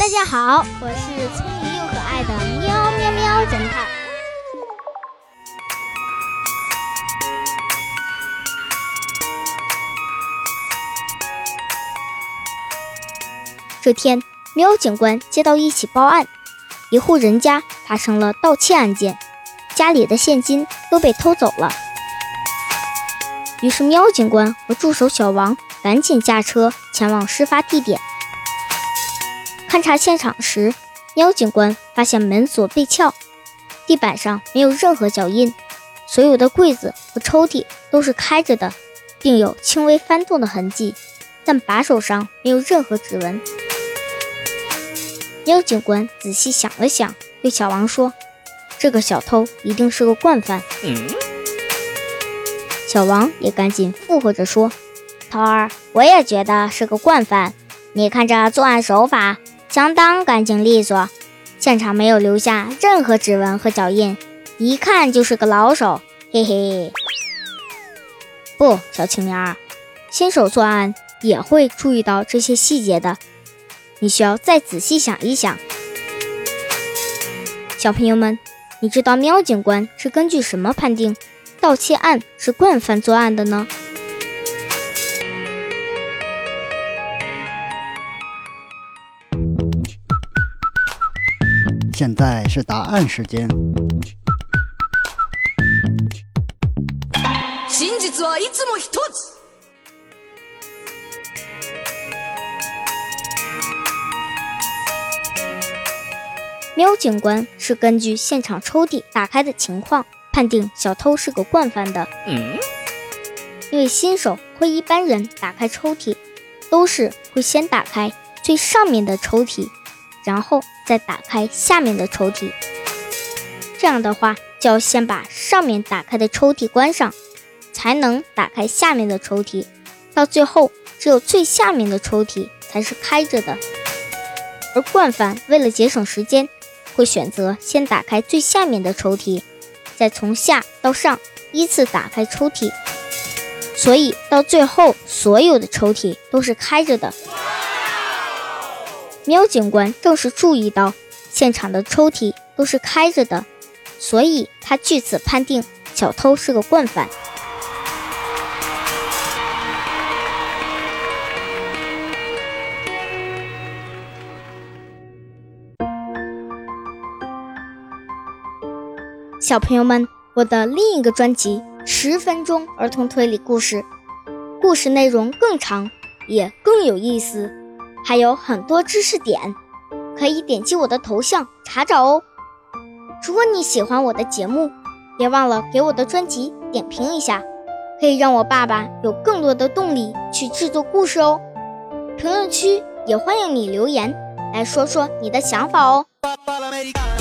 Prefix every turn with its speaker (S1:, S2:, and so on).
S1: 大家好，我是聪明又可爱的喵喵喵侦探。这天，喵警官接到一起报案，一户人家发生了盗窃案件，家里的现金都被偷走了。于是喵警官和助手小王赶紧驾车前往事发地点。勘察现场时，喵警官发现门锁被撬，地板上没有任何脚印，所有的柜子和抽屉都是开着的，并有轻微翻动的痕迹，但把手上没有任何指纹。喵警官仔细想了想，对小王说：“这个小偷一定是个惯犯。”小王也赶紧附和着说：“头儿，我也觉得是个惯犯，你看这作案手法相当干净利索，现场没有留下任何指纹和脚印，一看就是个老手，嘿嘿。”不，小青年儿，新手作案也会注意到这些细节的，你需要再仔细想一想。小朋友们，你知道喵警官是根据什么判定盗窃案是惯犯作案的呢？
S2: 现在是答案时间。
S3: 真実はいつも一つ。
S1: 喵警官是根据现场抽屉打开的情况判定小偷是个惯犯的。因为新手和一般人打开抽屉都是会先打开最上面的抽屉，然后再打开下面的抽屉，这样的话就要先把上面打开的抽屉关上，才能打开下面的抽屉，到最后只有最下面的抽屉才是开着的。而惯犯为了节省时间，会选择先打开最下面的抽屉，再从下到上依次打开抽屉，所以到最后所有的抽屉都是开着的。喵警官正是注意到现场的抽屉都是开着的，所以他据此判定小偷是个惯犯。小朋友们，我的另一个专辑10分钟儿童推理故事，故事内容更长，也更有意思，还有很多知识点，可以点击我的头像查找哦。如果你喜欢我的节目，别忘了给我的专辑点评一下，可以让我爸爸有更多的动力去制作故事哦。评论区也欢迎你留言来说说你的想法哦。